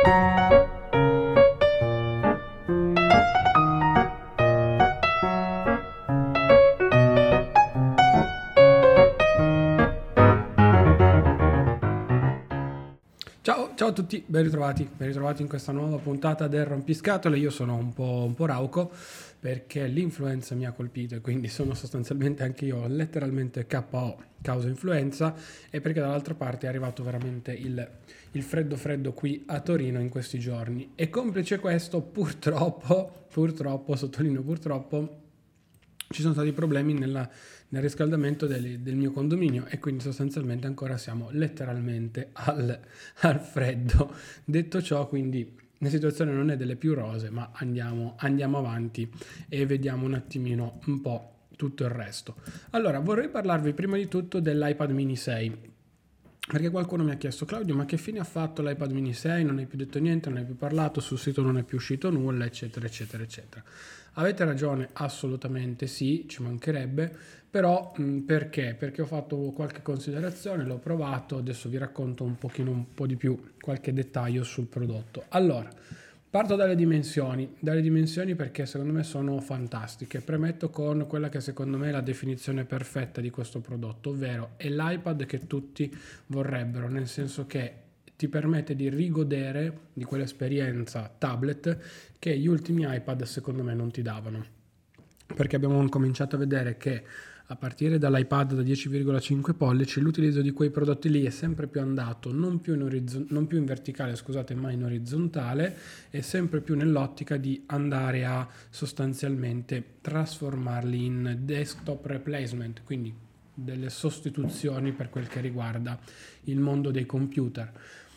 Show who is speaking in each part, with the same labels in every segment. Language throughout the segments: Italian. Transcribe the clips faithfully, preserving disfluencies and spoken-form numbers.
Speaker 1: Ciao, ciao a tutti, ben ritrovati, ben ritrovati in questa nuova puntata del Rompiscatole. Io sono un po', un po' rauco perché l'influenza mi ha colpito e quindi sono sostanzialmente anche io letteralmente K O causa influenza, e perché dall'altra parte è arrivato veramente il, il freddo freddo qui a Torino in questi giorni. E complice questo, purtroppo, purtroppo, sottolineo purtroppo, ci sono stati problemi nella, nel riscaldamento del, del mio condominio e quindi sostanzialmente ancora siamo letteralmente al, al freddo. Detto ciò, quindi la situazione non è delle più rose, ma andiamo, andiamo avanti e vediamo un attimino un po' tutto il resto. Allora, vorrei parlarvi prima di tutto dell'iPad mini sei, perché qualcuno mi ha chiesto: Claudio, ma che fine ha fatto l'iPad mini sei? Non hai più detto niente, non hai più parlato, sul sito non è più uscito nulla, eccetera eccetera eccetera. Avete ragione, assolutamente sì, ci mancherebbe, però mh, perché? Perché ho fatto qualche considerazione, l'ho provato, adesso vi racconto un pochino un po' di più, qualche dettaglio sul prodotto. Allora, parto dalle dimensioni, dalle dimensioni perché secondo me sono fantastiche. Premetto con quella che secondo me è la definizione perfetta di questo prodotto, ovvero è l'iPad che tutti vorrebbero, nel senso che ti permette di rigodere di quell'esperienza tablet che gli ultimi iPad secondo me non ti davano, perché abbiamo cominciato a vedere che a partire dall'iPad da dieci virgola cinque pollici l'utilizzo di quei prodotti lì è sempre più andato non più in, orizzon- non più in verticale, scusate, ma in orizzontale, e sempre più nell'ottica di andare a sostanzialmente trasformarli in desktop replacement, quindi delle sostituzioni per quel che riguarda il mondo dei computer.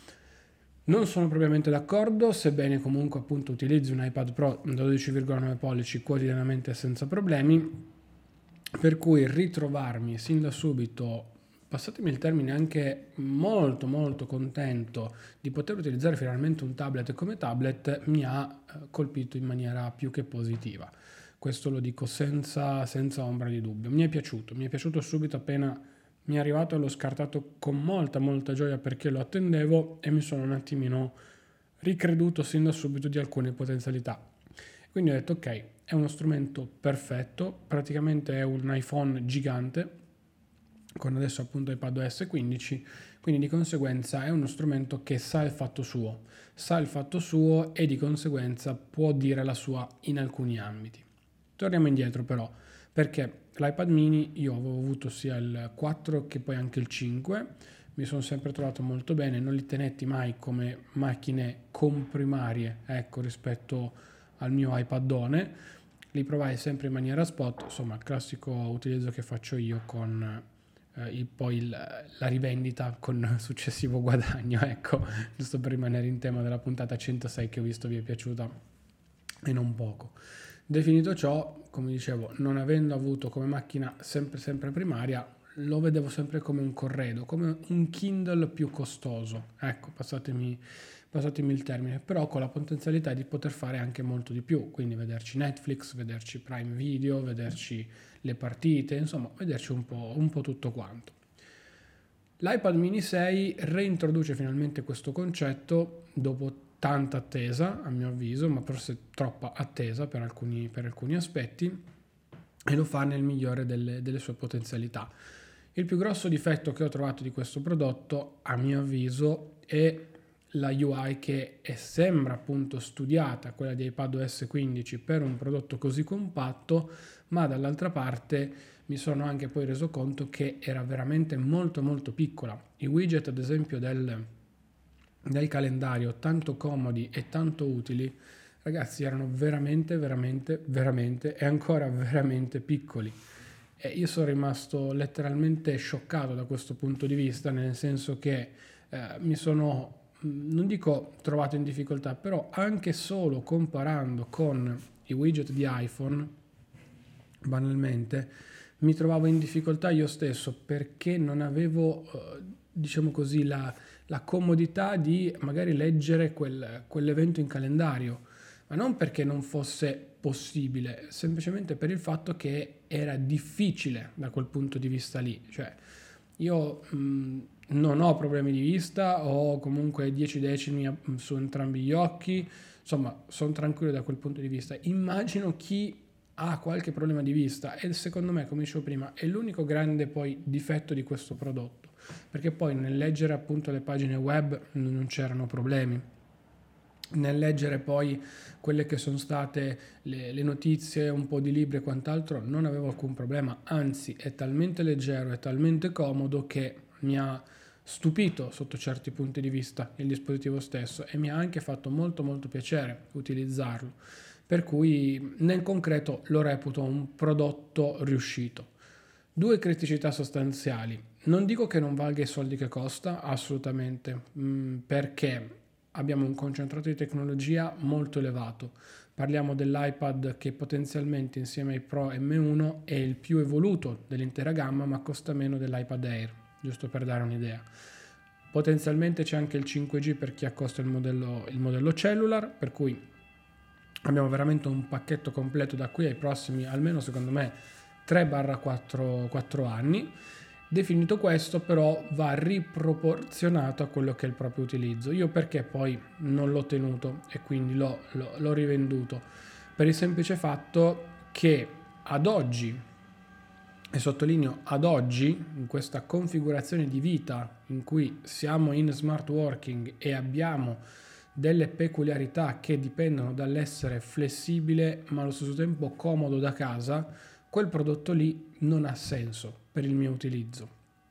Speaker 1: Non sono propriamente d'accordo, sebbene comunque appunto utilizzi un iPad Pro da dodici virgola nove pollici quotidianamente senza problemi, per cui ritrovarmi sin da subito, passatemi il termine, anche molto molto contento di poter utilizzare finalmente un tablet come tablet, mi ha colpito in maniera più che positiva. Questo lo dico senza, senza ombra di dubbio. Mi è piaciuto, mi è piaciuto subito appena mi è arrivato, l'ho scartato con molta molta gioia perché lo attendevo e mi sono un attimino ricreduto sin da subito di alcune potenzialità. Quindi ho detto ok, è uno strumento perfetto, praticamente è un iPhone gigante con adesso appunto iPadOS quindici, quindi di conseguenza è uno strumento che sa il fatto suo, sa il fatto suo e di conseguenza può dire la sua in alcuni ambiti. Torniamo indietro però, perché l'iPad mini io avevo avuto sia il quattro che poi anche il cinque, mi sono sempre trovato molto bene, non li tenetti mai come macchine comprimarie, ecco, rispetto al mio iPadone, li provai sempre in maniera spot, insomma il classico utilizzo che faccio io con eh, il, poi il, la rivendita con successivo guadagno, ecco, giusto per rimanere in tema della puntata centosei che ho visto vi è piaciuta e non poco. Definito ciò, come dicevo, non avendo avuto come macchina sempre, sempre primaria, lo vedevo sempre come un corredo, come un Kindle più costoso, ecco, passatemi, passatemi il termine, però con la potenzialità di poter fare anche molto di più, quindi vederci Netflix, vederci Prime Video, vederci le partite, insomma, vederci un po', un po' tutto quanto. L'iPad mini sei reintroduce finalmente questo concetto dopo tanta attesa, a mio avviso, ma forse troppa attesa per alcuni, per alcuni aspetti, e lo fa nel migliore delle, delle sue potenzialità. Il più grosso difetto che ho trovato di questo prodotto, a mio avviso, è la U I che è, sembra appunto studiata, quella di iPadOS quindici, per un prodotto così compatto, ma dall'altra parte mi sono anche poi reso conto che era veramente molto molto piccola. I widget, ad esempio, del del calendario, tanto comodi e tanto utili, ragazzi, erano veramente, veramente, veramente e ancora veramente piccoli. E io sono rimasto letteralmente scioccato da questo punto di vista, nel senso che eh, mi sono, non dico trovato in difficoltà, però anche solo comparando con i widget di iPhone, banalmente, mi trovavo in difficoltà io stesso perché non avevo, eh, diciamo così, la, la comodità di magari leggere quel, quell'evento in calendario, ma non perché non fosse possibile, semplicemente per il fatto che era difficile da quel punto di vista lì. Cioè, io mh, non ho problemi di vista, ho comunque dieci decimi su entrambi gli occhi, insomma sono tranquillo da quel punto di vista. Immagino chi ha qualche problema di vista e secondo me, come dicevo prima, è l'unico grande poi difetto di questo prodotto, perché poi nel leggere appunto le pagine web non c'erano problemi. Nel leggere poi quelle che sono state le, le notizie, un po' di libri e quant'altro, non avevo alcun problema, anzi è talmente leggero, è talmente comodo che mi ha stupito sotto certi punti di vista il dispositivo stesso e mi ha anche fatto molto molto piacere utilizzarlo, per cui nel concreto lo reputo un prodotto riuscito. Due criticità sostanziali: non dico che non valga i soldi che costa, assolutamente, mh, perché abbiamo un concentrato di tecnologia molto elevato. Parliamo dell'iPad che potenzialmente insieme ai Pro M uno è il più evoluto dell'intera gamma, ma costa meno dell'iPad Air, giusto per dare un'idea. Potenzialmente c'è anche il cinque G per chi accosta il modello, il modello cellular, per cui abbiamo veramente un pacchetto completo da qui ai prossimi, almeno secondo me, tre quattro anni. Definito questo, però va riproporzionato a quello che è il proprio utilizzo. Io perché poi non l'ho tenuto e quindi l'ho, l'ho, l'ho rivenduto? Per il semplice fatto che ad oggi, e sottolineo ad oggi, in questa configurazione di vita in cui siamo in smart working e abbiamo delle peculiarità che dipendono dall'essere flessibile ma allo stesso tempo comodo da casa, quel prodotto lì non ha senso per il mio utilizzo.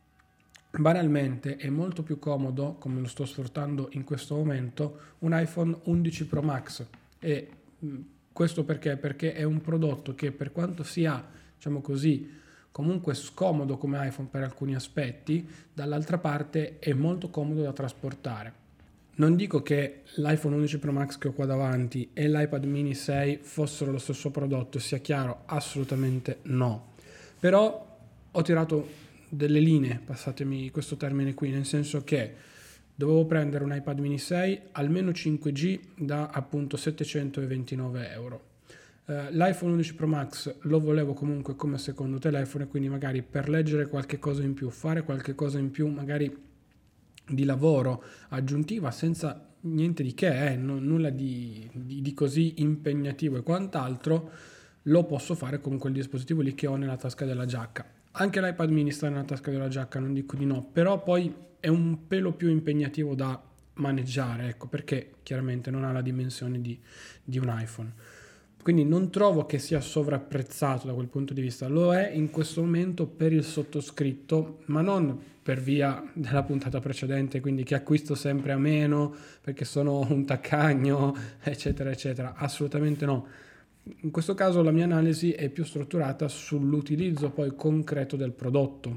Speaker 1: Banalmente è molto più comodo, come lo sto sfruttando in questo momento, un iPhone undici Pro Max. E questo perché? Perché è un prodotto che, per quanto sia, diciamo così, comunque scomodo come iPhone per alcuni aspetti, dall'altra parte è molto comodo da trasportare. Non dico che l'iPhone undici Pro Max che ho qua davanti e l'iPad mini sei fossero lo stesso prodotto, sia chiaro, assolutamente no. Però ho tirato delle linee, passatemi questo termine qui, nel senso che dovevo prendere un iPad mini sei almeno cinque G da appunto settecentoventinove euro. Uh, L'iPhone undici Pro Max lo volevo comunque come secondo telefono e quindi magari per leggere qualche cosa in più, fare qualche cosa in più, magari di lavoro aggiuntiva senza niente di che, eh, non, nulla di, di, di così impegnativo e quant'altro, lo posso fare con quel dispositivo lì che ho nella tasca della giacca. Anche l'iPad mini sta nella tasca della giacca, non dico di no, però poi è un pelo più impegnativo da maneggiare, ecco, perché chiaramente non ha la dimensione di, di un iPhone. Quindi non trovo che sia sovrapprezzato da quel punto di vista, lo è in questo momento per il sottoscritto, ma non per via della puntata precedente, quindi che acquisto sempre a meno perché sono un taccagno, eccetera, eccetera, assolutamente no. In questo caso la mia analisi è più strutturata sull'utilizzo poi concreto del prodotto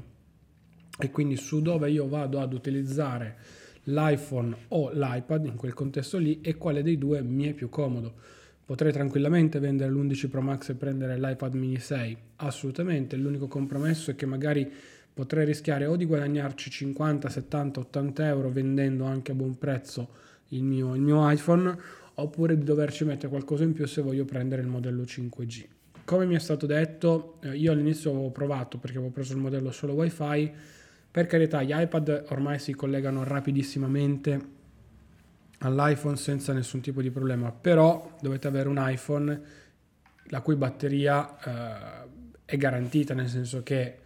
Speaker 1: e quindi su dove io vado ad utilizzare l'iPhone o l'iPad in quel contesto lì e quale dei due mi è più comodo. Potrei tranquillamente vendere l'undici Pro Max e prendere l'iPad mini sei, assolutamente, l'unico compromesso è che magari potrei rischiare o di guadagnarci cinquanta, settanta, ottanta euro vendendo anche a buon prezzo il mio, il mio iPhone, oppure di doverci mettere qualcosa in più se voglio prendere il modello cinque G. Come mi è stato detto, io all'inizio avevo provato perché avevo preso il modello solo Wi-Fi, per carità gli iPad ormai si collegano rapidissimamente all'iPhone senza nessun tipo di problema, però dovete avere un iPhone la cui batteria eh, è garantita, nel senso che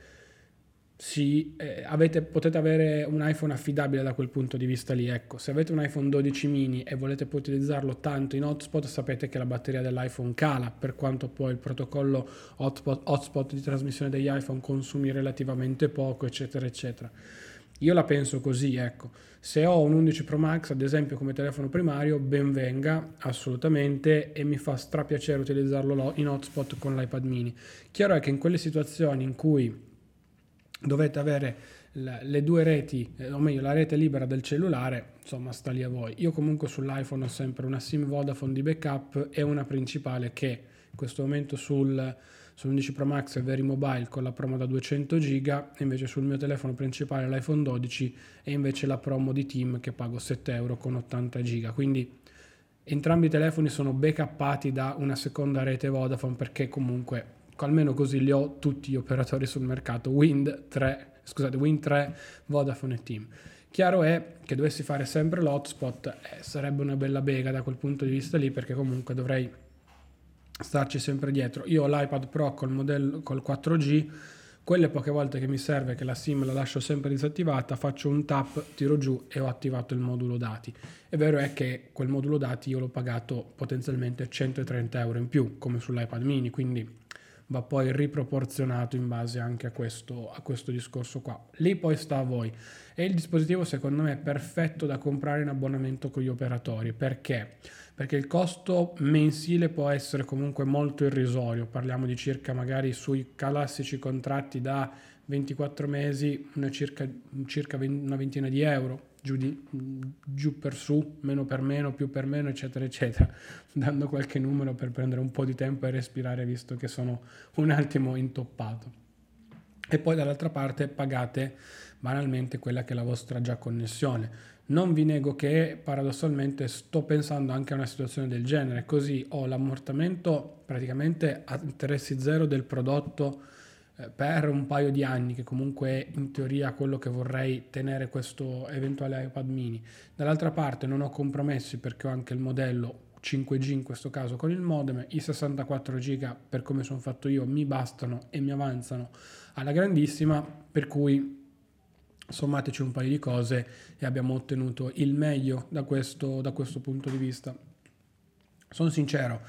Speaker 1: sì, eh, avete, potete avere un iPhone affidabile da quel punto di vista lì. Ecco, se avete un iPhone dodici mini e volete poi utilizzarlo tanto in hotspot, sapete che la batteria dell'iPhone cala, per quanto poi il protocollo hotspot, hotspot di trasmissione degli iPhone consumi relativamente poco, eccetera, eccetera. Io la penso così, ecco. Se ho un undici Pro Max, ad esempio, come telefono primario, ben venga, assolutamente, e mi fa strapiacere utilizzarlo in hotspot con l'iPad mini. Chiaro è che in quelle situazioni in cui dovete avere le due reti, o meglio la rete libera del cellulare, insomma sta lì a voi. Io comunque sull'iPhone ho sempre una SIM Vodafone di backup e una principale che in questo momento sul sull'undici Pro Max è Very Mobile con la promo da duecento giga, e invece sul mio telefono principale l'iPhone dodici è invece la promo di Team che pago sette euro con ottanta giga, quindi entrambi i telefoni sono backuppati da una seconda rete Vodafone perché comunque almeno così li ho tutti gli operatori sul mercato, Wind tre scusate, Wind tre, Vodafone e Team. Chiaro è che dovessi fare sempre l'hotspot, eh, sarebbe una bella bega da quel punto di vista lì, perché comunque dovrei starci sempre dietro. Io ho l'iPad Pro col modello col quattro G, quelle poche volte che mi serve che la SIM la lascio sempre disattivata, faccio un tap, tiro giù e ho attivato il modulo dati. È vero è che quel modulo dati io l'ho pagato potenzialmente centotrenta euro in più, come sull'iPad mini, quindi va poi riproporzionato in base anche a questo, a questo discorso qua. Lì poi sta a voi. E il dispositivo secondo me è perfetto da comprare in abbonamento con gli operatori. Perché? Perché il costo mensile può essere comunque molto irrisorio. Parliamo di circa, magari sui classici contratti da ventiquattro mesi, una circa, circa una ventina di euro. Giù, di, giù per su, meno per meno, più per meno, eccetera eccetera, dando qualche numero per prendere un po' di tempo e respirare, visto che sono un attimo intoppato. E poi dall'altra parte pagate banalmente quella che è la vostra già connessione. Non vi nego che paradossalmente sto pensando anche a una situazione del genere, così ho l'ammortamento praticamente a interessi zero del prodotto per un paio di anni, che comunque è in teoria quello che vorrei tenere questo eventuale iPad mini. Dall'altra parte non ho compromessi, perché ho anche il modello cinque G in questo caso con il modem, i sessantaquattro giga per come sono fatto io mi bastano e mi avanzano alla grandissima, per cui sommateci un paio di cose e abbiamo ottenuto il meglio da questo, da questo punto di vista. Sono sincero,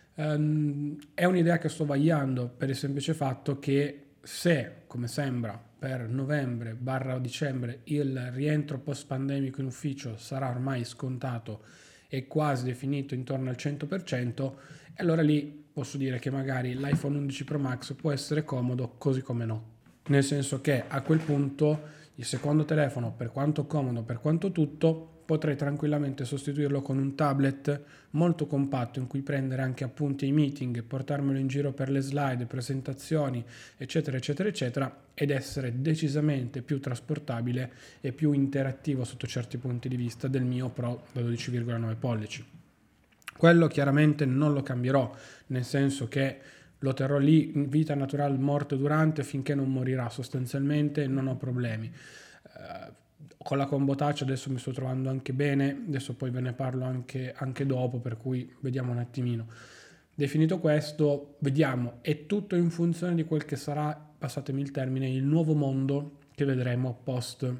Speaker 1: Um, è un'idea che sto vagliando per il semplice fatto che se, come sembra, per novembre barra dicembre il rientro post pandemico in ufficio sarà ormai scontato e quasi definito intorno al cento per cento, allora lì posso dire che magari l'iPhone undici Pro Max può essere comodo, così come no. Nel senso che a quel punto il secondo telefono, per quanto comodo, per quanto tutto, potrei tranquillamente sostituirlo con un tablet molto compatto in cui prendere anche appunti ai meeting, portarmelo in giro per le slide, presentazioni, eccetera, eccetera, eccetera, ed essere decisamente più trasportabile e più interattivo sotto certi punti di vista del mio Pro da dodici virgola nove pollici. Quello chiaramente non lo cambierò, nel senso che lo terrò lì in vita naturale, morte durante, finché non morirà sostanzialmente, non ho problemi. Uh, con la combo touch adesso mi sto trovando anche bene, adesso poi ve ne parlo anche, anche dopo, per cui vediamo un attimino. Definito questo, vediamo, è tutto in funzione di quel che sarà, passatemi il termine, il nuovo mondo che vedremo post,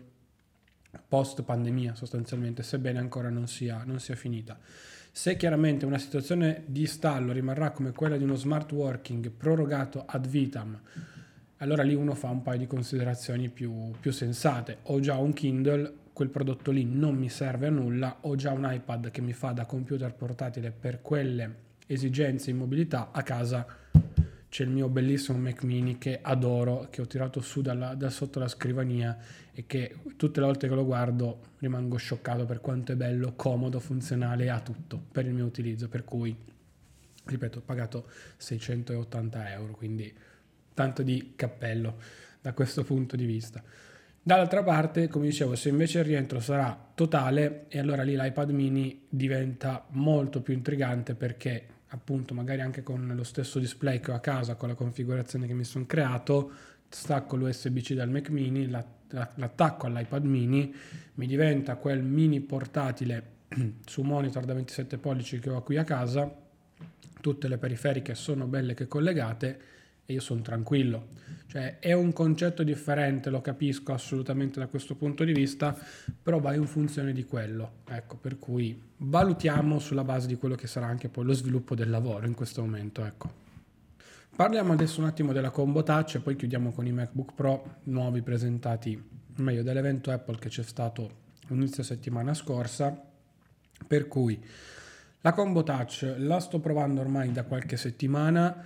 Speaker 1: post pandemia sostanzialmente, sebbene ancora non sia, non sia finita. Se chiaramente una situazione di stallo rimarrà come quella di uno smart working prorogato ad vitam, allora lì uno fa un paio di considerazioni più, più sensate. Ho già un Kindle, quel prodotto lì non mi serve a nulla, ho già un iPad che mi fa da computer portatile per quelle esigenze in mobilità, a casa c'è il mio bellissimo Mac mini che adoro, che ho tirato su dalla, da sotto la scrivania e che tutte le volte che lo guardo rimango scioccato per quanto è bello, comodo, funzionale e ha tutto per il mio utilizzo, per cui, ripeto, ho pagato seicentottanta euro, quindi tanto di cappello da questo punto di vista. Dall'altra parte, come dicevo, se invece il rientro sarà totale, e allora lì l'iPad mini diventa molto più intrigante, perché appunto magari anche con lo stesso display che ho a casa, con la configurazione che mi sono creato, stacco l'U S B C dal Mac mini, l'attacco all'iPad mini, mi diventa quel mini portatile su monitor da ventisette pollici che ho qui a casa, tutte le periferiche sono belle che collegate e io sono tranquillo. Cioè è un concetto differente, lo capisco assolutamente da questo punto di vista, però va in funzione di quello, ecco, per cui valutiamo sulla base di quello che sarà anche poi lo sviluppo del lavoro in questo momento, ecco. Parliamo adesso un attimo della combo touch e poi chiudiamo con i MacBook Pro nuovi presentati, meglio, dall'evento Apple che c'è stato inizio settimana scorsa, per cui la combo touch la sto provando ormai da qualche settimana.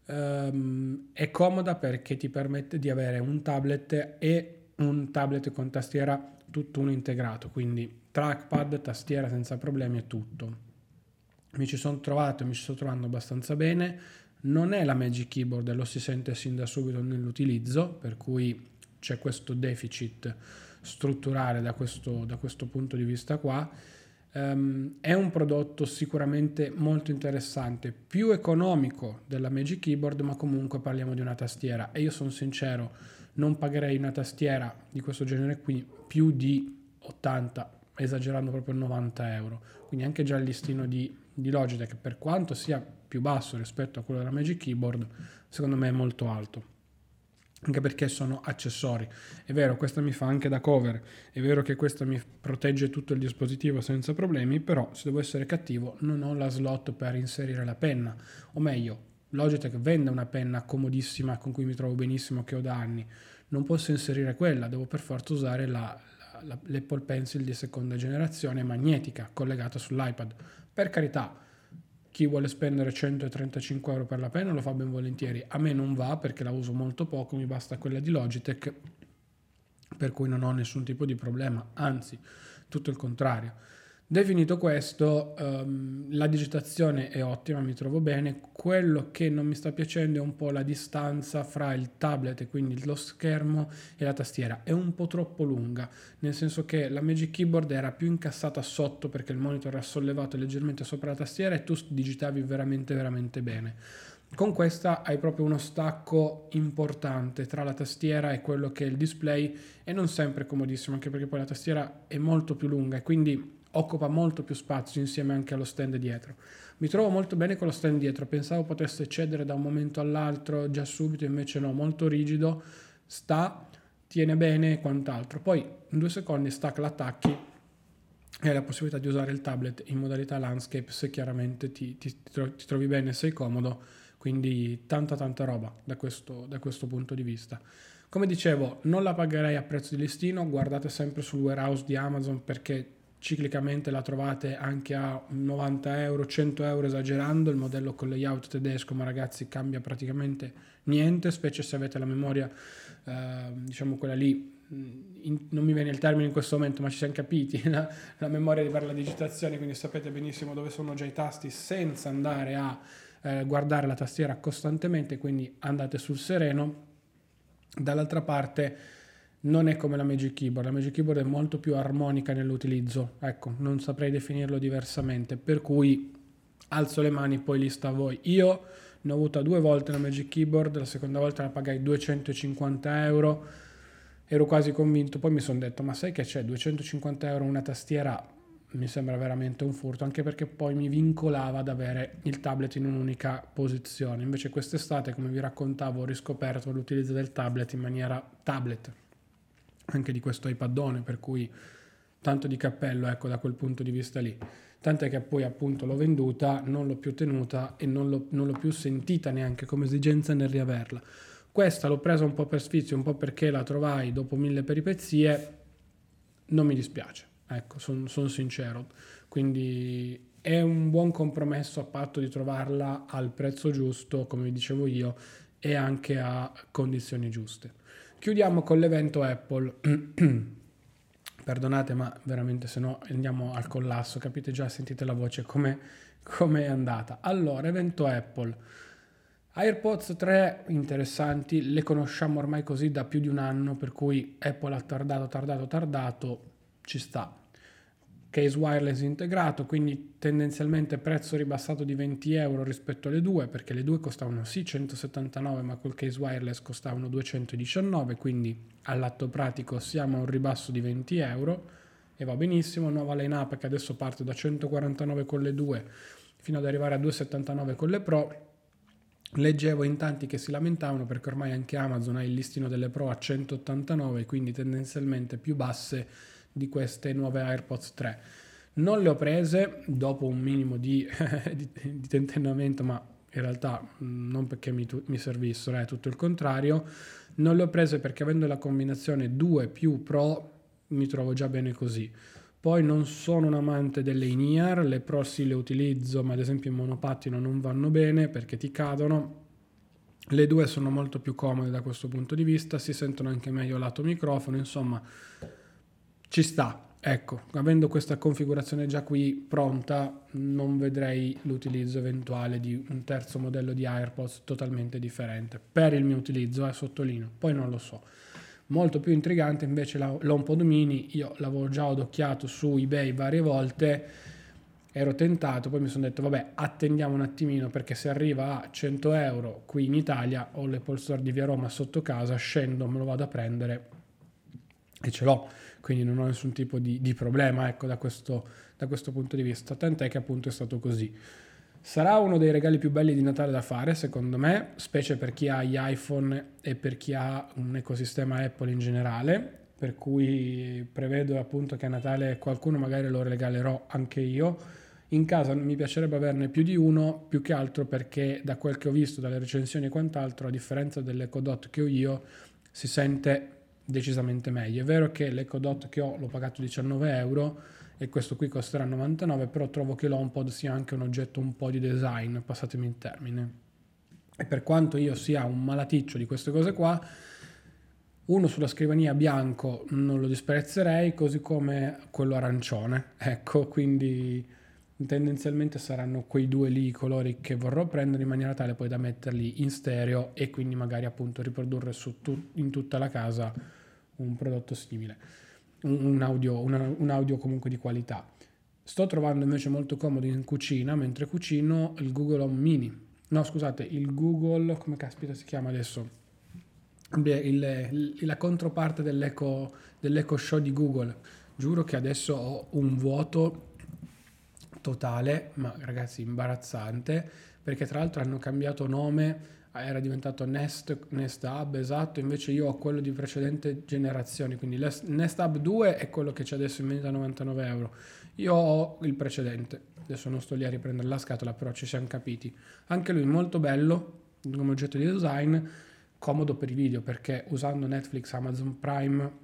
Speaker 1: Um, è comoda perché ti permette di avere un tablet e un tablet con tastiera tutto uno integrato, quindi trackpad, tastiera senza problemi e tutto. Mi ci sono trovato e mi ci sto trovando abbastanza bene. Non è la Magic Keyboard, lo si sente sin da subito nell'utilizzo, per cui c'è questo deficit strutturale da questo, da questo punto di vista qua. Um, è un prodotto sicuramente molto interessante, più economico della Magic Keyboard, ma comunque parliamo di una tastiera e io sono sincero, non pagherei una tastiera di questo genere qui più di ottanta, esagerando proprio novanta euro. Quindi anche già il listino di, di Logitech, per quanto sia più basso rispetto a quello della Magic Keyboard, secondo me è molto alto, anche perché sono accessori. È vero, questa mi fa anche da cover, è vero che questa mi protegge tutto il dispositivo senza problemi, però se devo essere cattivo non ho la slot per inserire la penna, o meglio, Logitech vende una penna comodissima con cui mi trovo benissimo, che ho da anni, non posso inserire quella, devo per forza usare la, la, l'Apple Pencil di seconda generazione magnetica collegata sull'iPad. Per carità, chi vuole spendere centotrentacinque euro per la penna lo fa ben volentieri, a me non va perché la uso molto poco, mi basta quella di Logitech, per cui non ho nessun tipo di problema, anzi tutto il contrario. Definito questo, um, la digitazione è ottima, mi trovo bene. Quello che non mi sta piacendo è un po' la distanza fra il tablet e quindi lo schermo e la tastiera, è un po' troppo lunga, nel senso che la Magic Keyboard era più incassata sotto perché il monitor era sollevato leggermente sopra la tastiera e tu digitavi veramente veramente bene. Con questa hai proprio uno stacco importante tra la tastiera e quello che è il display, e non sempre comodissimo, anche perché poi la tastiera è molto più lunga e quindi occupa molto più spazio insieme anche allo stand dietro. Mi trovo molto bene con lo stand dietro, pensavo potesse cedere da un momento all'altro già subito, invece no, molto rigido, sta, tiene bene e quant'altro. Poi in due secondi stack l'attacchi e hai la possibilità di usare il tablet in modalità landscape se chiaramente ti, ti, ti trovi bene e sei comodo, quindi tanta tanta roba da questo, da questo punto di vista. Come dicevo, non la pagherei a prezzo di listino, guardate sempre sul warehouse di Amazon perché ciclicamente la trovate anche a novanta euro, cento euro esagerando, il modello con layout tedesco, ma ragazzi cambia praticamente niente, specie se avete la memoria eh, diciamo quella lì, in, non mi viene il termine in questo momento ma ci siamo capiti, la, la memoria per la digitazione, quindi sapete benissimo dove sono già i tasti senza andare a eh, guardare la tastiera costantemente, quindi andate sul sereno. Dall'altra parte non è come la Magic Keyboard, la Magic Keyboard è molto più armonica nell'utilizzo, ecco, non saprei definirlo diversamente, per cui alzo le mani, poi lì sta a voi. Io ne ho avuta due volte la Magic Keyboard, la seconda volta la pagai duecentocinquanta euro, ero quasi convinto, poi mi sono detto ma sai che c'è, duecentocinquanta euro una tastiera mi sembra veramente un furto, anche perché poi mi vincolava ad avere il tablet in un'unica posizione. Invece quest'estate, come vi raccontavo, ho riscoperto l'utilizzo del tablet in maniera tablet, anche di questo iPadone, per cui tanto di cappello, ecco, da quel punto di vista lì. Tant'è che poi appunto l'ho venduta, non l'ho più tenuta e non l'ho, non l'ho più sentita neanche come esigenza nel riaverla. Questa l'ho presa un po' per sfizio, un po' perché la trovai dopo mille peripezie, non mi dispiace, ecco, sono son sincero. Quindi è un buon compromesso a patto di trovarla al prezzo giusto, come vi dicevo io, e anche a condizioni giuste. Chiudiamo con l'evento Apple. Perdonate, ma veramente se no andiamo al collasso, capite già, sentite la voce come è andata. Allora, evento Apple. AirPods tre interessanti, le conosciamo ormai così da più di un anno, per cui Apple ha tardato, tardato, tardato, ci sta. Case wireless integrato, quindi tendenzialmente prezzo ribassato di venti euro rispetto alle due, perché le due costavano sì centosettantanove, ma col case wireless costavano duecentodiciannove, quindi all'atto pratico siamo a un ribasso di venti euro e va benissimo. Nuova line-up che adesso parte da centoquarantanove con le due fino ad arrivare a duecentosettantanove con le Pro. Leggevo in tanti che si lamentavano perché ormai anche Amazon ha il listino delle Pro a centottantanove, quindi tendenzialmente più basse di queste nuove AirPods tre. Non le ho prese dopo un minimo di, di, di tentennamento, ma in realtà non perché mi, mi servissero, è tutto il contrario. Non le ho prese perché avendo la combinazione due più Pro mi trovo già bene così. Poi non sono un amante delle in-ear, le Pro sì le utilizzo, ma ad esempio in monopattino non vanno bene perché ti cadono. Le due sono molto più comode da questo punto di vista, si sentono anche meglio lato microfono, insomma ci sta. Ecco, avendo questa configurazione già qui pronta, non vedrei l'utilizzo eventuale di un terzo modello di AirPods totalmente differente. Per il mio utilizzo, eh, sottolineo, poi non lo so. Molto più intrigante invece la l'HomePod Mini, io l'avevo già adocchiato su eBay varie volte ero tentato, poi mi sono detto vabbè, attendiamo un attimino, perché se arriva a cento euro qui in Italia ho l'Apple Store di via Roma sotto casa, scendo, me lo vado a prendere e ce l'ho, quindi non ho nessun tipo di, di problema, ecco, da questo, da questo punto di vista, tant'è che appunto è stato così. Sarà uno dei regali più belli di Natale da fare, secondo me, specie per chi ha gli iPhone e per chi ha un ecosistema Apple in generale, per cui prevedo appunto che a Natale qualcuno magari lo regalerò anche io. In casa mi piacerebbe averne più di uno, più che altro perché da quel che ho visto, dalle recensioni e quant'altro, a differenza dell'Echo Dot che ho io, si sente decisamente meglio. È vero che l'Echo Dot che ho l'ho pagato diciannove euro e questo qui costerà novantanove, però trovo che l'HomePod sia anche un oggetto un po' di design, passatemi il termine. E per quanto io sia un malaticcio di queste cose qua, uno sulla scrivania bianco non lo disprezzerei, così come quello arancione. Ecco, quindi tendenzialmente saranno quei due lì i colori che vorrò prendere in maniera tale poi da metterli in stereo e quindi magari appunto riprodurre su tu- in tutta la casa un prodotto simile, un, un audio, una, un audio comunque di qualità. Sto trovando invece molto comodo in cucina, mentre cucino, il Google Home Mini. No, scusate, il Google, come caspita si chiama adesso? Beh, il- il- la controparte dell'Echo, dell'Echo Show di Google. Giuro che adesso ho un vuoto totale, ma ragazzi imbarazzante, perché tra l'altro hanno cambiato nome, era diventato Nest, Nest Hub, esatto, invece io ho quello di precedente generazione, quindi l'Es- Nest Hub due è quello che c'è adesso in vendita a novantanove euro, io ho il precedente, adesso non sto lì a riprendere la scatola, però ci siamo capiti. Anche lui molto bello come oggetto di design, comodo per i video, perché usando Netflix, Amazon Prime,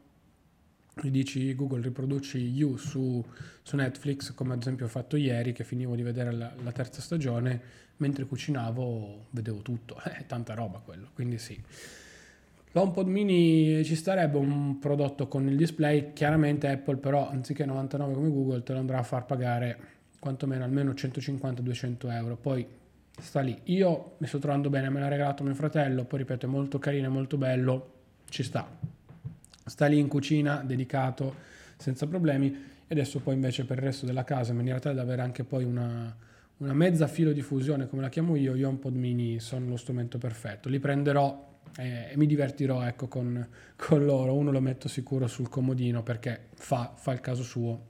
Speaker 1: gli dici Google riproduci You su, su Netflix, come ad esempio ho fatto ieri che finivo di vedere la, la terza stagione, mentre cucinavo vedevo tutto, è tanta roba quello, quindi sì. L'HomePod mini ci starebbe un prodotto con il display, chiaramente Apple però anziché novantanove come Google te lo andrà a far pagare quantomeno almeno centocinquanta duecento euro, poi sta lì. Io mi sto trovando bene, me l'ha regalato mio fratello, poi ripeto è molto carino, è molto bello, ci sta. Sta lì in cucina, dedicato, senza problemi, e adesso poi invece per il resto della casa, in maniera tale da avere anche poi una, una mezza filo di fusione, come la chiamo io, gli HomePod mini sono lo strumento perfetto. Li prenderò e mi divertirò ecco, con, con loro. Uno lo metto sicuro sul comodino perché fa, fa il caso suo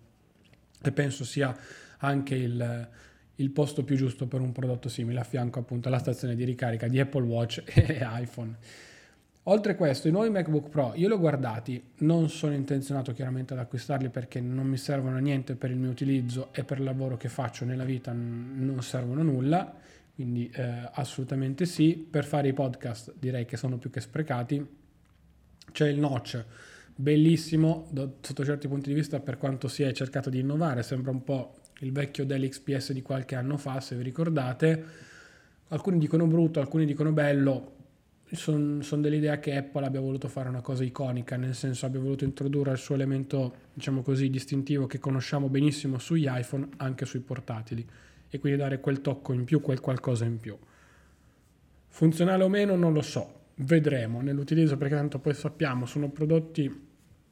Speaker 1: e penso sia anche il, il posto più giusto per un prodotto simile, a fianco appunto alla stazione di ricarica di Apple Watch e iPhone. Oltre a questo, i nuovi MacBook Pro, io li ho guardati, non sono intenzionato chiaramente ad acquistarli perché non mi servono a niente per il mio utilizzo e per il lavoro che faccio nella vita non servono a nulla, quindi eh, assolutamente sì. Per fare i podcast direi che sono più che sprecati. C'è il notch, bellissimo da, sotto certi punti di vista per quanto si è cercato di innovare, sembra un po' il vecchio Dell X P S di qualche anno fa, se vi ricordate. Alcuni dicono brutto, alcuni dicono bello. Sono son dell'idea che Apple abbia voluto fare una cosa iconica, nel senso abbia voluto introdurre il suo elemento, diciamo così, distintivo che conosciamo benissimo sugli iPhone, anche sui portatili, e quindi dare quel tocco in più, quel qualcosa in più. Funzionale o meno non lo so, vedremo nell'utilizzo, perché tanto poi sappiamo, sono prodotti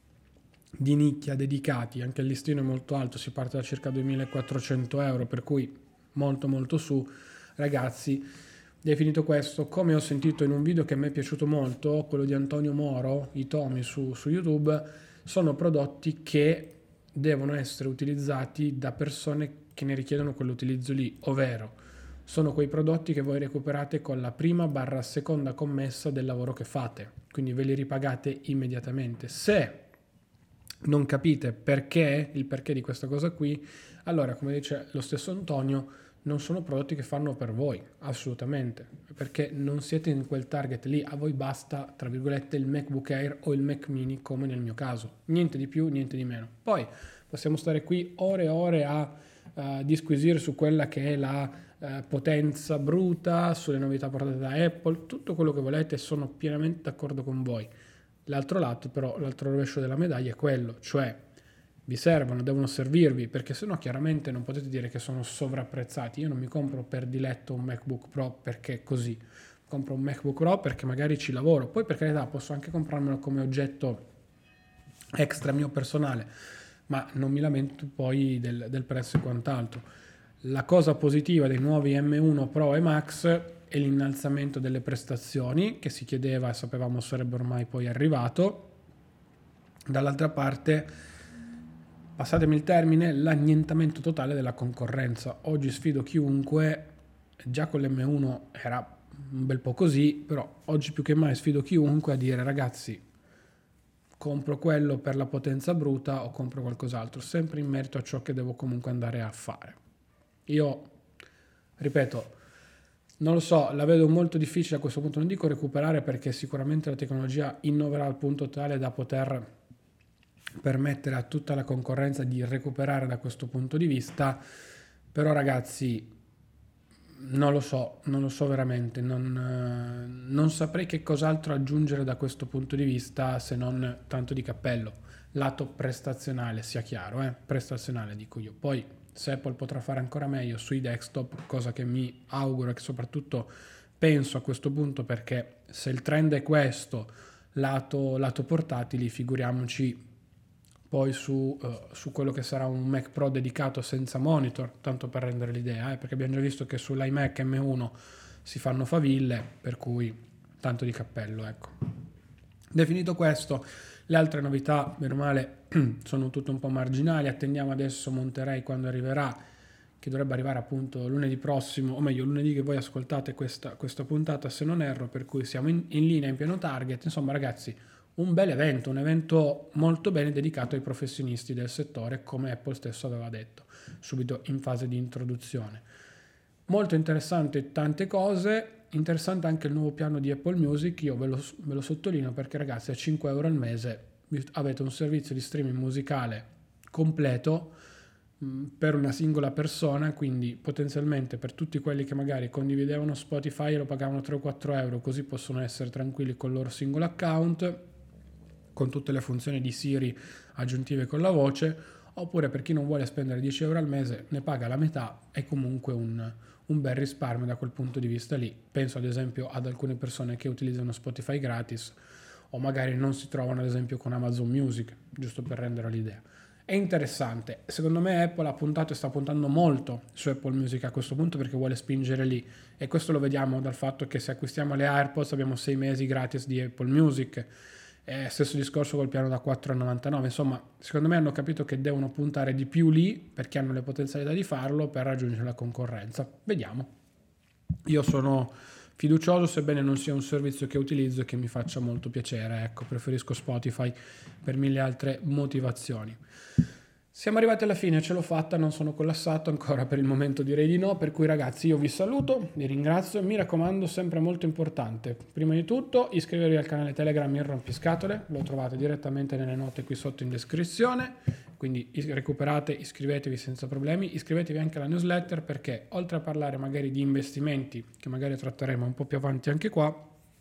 Speaker 1: di nicchia dedicati, anche il listino è molto alto, si parte da circa duemilaquattrocento euro, per cui molto molto su, ragazzi. Definito questo, come ho sentito in un video che mi è piaciuto molto, quello di Antonio Moro, i Tomi su, su YouTube, sono prodotti che devono essere utilizzati da persone che ne richiedono quell'utilizzo lì, ovvero sono quei prodotti che voi recuperate con la prima barra seconda commessa del lavoro che fate, quindi ve li ripagate immediatamente. Se non capite perché, il perché di questa cosa qui, allora come dice lo stesso Antonio, non sono prodotti che fanno per voi, assolutamente, perché non siete in quel target lì, a voi basta, tra virgolette, il MacBook Air o il Mac Mini, come nel mio caso, niente di più, niente di meno. Poi possiamo stare qui ore e ore a uh, disquisire su quella che è la uh, potenza bruta, sulle novità portate da Apple, tutto quello che volete, sono pienamente d'accordo con voi. L'altro lato, però, l'altro rovescio della medaglia è quello, cioè vi servono, devono servirvi, perché sennò chiaramente non potete dire che sono sovrapprezzati. Io non mi compro per diletto un MacBook Pro perché così, compro un MacBook Pro perché magari ci lavoro, poi per carità posso anche comprarmelo come oggetto extra mio personale, ma non mi lamento poi del, del prezzo e quant'altro. La cosa positiva dei nuovi M uno Pro e Max è l'innalzamento delle prestazioni che si chiedeva e sapevamo sarebbe ormai poi arrivato. Dall'altra parte, passatemi il termine, l'annientamento totale della concorrenza. Oggi sfido chiunque, già con l'M uno era un bel po' così, però oggi più che mai sfido chiunque a dire ragazzi, compro quello per la potenza bruta o compro qualcos'altro, sempre in merito a ciò che devo comunque andare a fare. Io, ripeto, non lo so, la vedo molto difficile a questo punto, non dico recuperare perché sicuramente la tecnologia innoverà al punto tale da poter permettere a tutta la concorrenza di recuperare da questo punto di vista, però ragazzi non lo so, non lo so veramente, non, non saprei che cos'altro aggiungere da questo punto di vista se non tanto di cappello, lato prestazionale, sia chiaro, eh? prestazionale dico io. Poi se Apple potrà fare ancora meglio sui desktop, cosa che mi auguro e che soprattutto penso a questo punto, perché se il trend è questo, lato, lato portatili, figuriamoci poi su, uh, su quello che sarà un Mac Pro dedicato senza monitor, tanto per rendere l'idea, eh, perché abbiamo già visto che sull'iMac M uno si fanno faville, per cui tanto di cappello, ecco. Definito questo, le altre novità, meno male, sono tutte un po' marginali. Attendiamo adesso Monterey quando arriverà, che dovrebbe arrivare appunto lunedì prossimo, o meglio lunedì che voi ascoltate questa, questa puntata se non erro, per cui siamo in, in linea, in pieno target. Insomma ragazzi, un bel evento, un evento molto bene dedicato ai professionisti del settore, come Apple stesso aveva detto subito in fase di introduzione. Molto interessante tante cose, interessante anche il nuovo piano di Apple Music. Io ve lo, ve lo sottolineo perché ragazzi a cinque euro al mese avete un servizio di streaming musicale completo mh, per una singola persona, quindi potenzialmente per tutti quelli che magari condividevano Spotify e lo pagavano tre o quattro euro, così possono essere tranquilli con il loro singolo account, con tutte le funzioni di Siri aggiuntive con la voce, oppure per chi non vuole spendere dieci euro al mese ne paga la metà, è comunque un, un bel risparmio da quel punto di vista lì. Penso ad esempio ad alcune persone che utilizzano Spotify gratis o magari non si trovano ad esempio con Amazon Music, giusto per rendere l'idea. È interessante, secondo me Apple ha puntato e sta puntando molto su Apple Music a questo punto perché vuole spingere lì, e questo lo vediamo dal fatto che se acquistiamo le AirPods abbiamo sei mesi gratis di Apple Music. Eh, stesso discorso col piano da quattro e novantanove. Insomma, secondo me hanno capito che devono puntare di più lì perché hanno le potenzialità di farlo per raggiungere la concorrenza. Vediamo. Io sono fiducioso, sebbene non sia un servizio che utilizzo e che mi faccia molto piacere. Ecco, preferisco Spotify per mille altre motivazioni. Siamo arrivati alla fine, ce l'ho fatta, non sono collassato ancora, per il momento direi di no, per cui ragazzi io vi saluto, vi ringrazio, mi raccomando, sempre molto importante, prima di tutto iscrivervi al canale Telegram Il Rompiscatole, lo trovate direttamente nelle note qui sotto in descrizione, quindi recuperate, iscrivetevi senza problemi, iscrivetevi anche alla newsletter perché oltre a parlare magari di investimenti, che magari tratteremo un po' più avanti anche qua,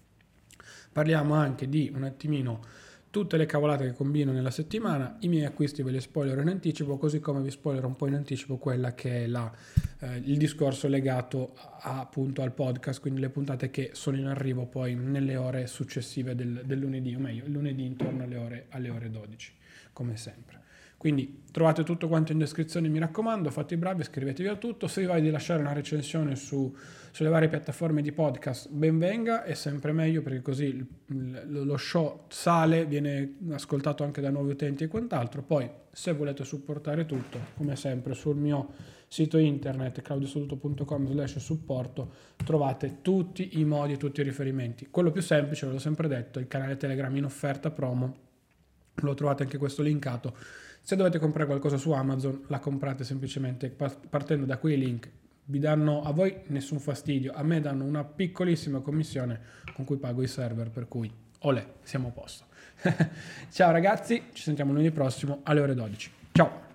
Speaker 1: parliamo anche di un attimino tutte le cavolate che combino nella settimana, i miei acquisti ve li spoilerò in anticipo, così come vi spoilerò un po' in anticipo quella che è la, eh, il discorso legato a, appunto al podcast, quindi le puntate che sono in arrivo poi nelle ore successive del, del lunedì, o meglio, il lunedì intorno alle ore, alle ore dodici, come sempre. Quindi trovate tutto quanto in descrizione, mi raccomando, fate i bravi, iscrivetevi a tutto, se vi va di lasciare una recensione su, sulle varie piattaforme di podcast, ben venga, è sempre meglio perché così il, il, lo show sale, viene ascoltato anche da nuovi utenti e quant'altro. Poi se volete supportare tutto, come sempre sul mio sito internet claudiosoluto punto com slash supporto trovate tutti i modi, tutti i riferimenti. Quello più semplice, ve l'ho sempre detto, il canale Telegram in offerta promo, lo trovate anche questo linkato. Se dovete comprare qualcosa su Amazon, la comprate semplicemente partendo da quei link. Vi danno a voi nessun fastidio, a me danno una piccolissima commissione con cui pago i server, per cui olè, siamo a posto. Ciao ragazzi, ci sentiamo lunedì prossimo alle ore dodici. Ciao!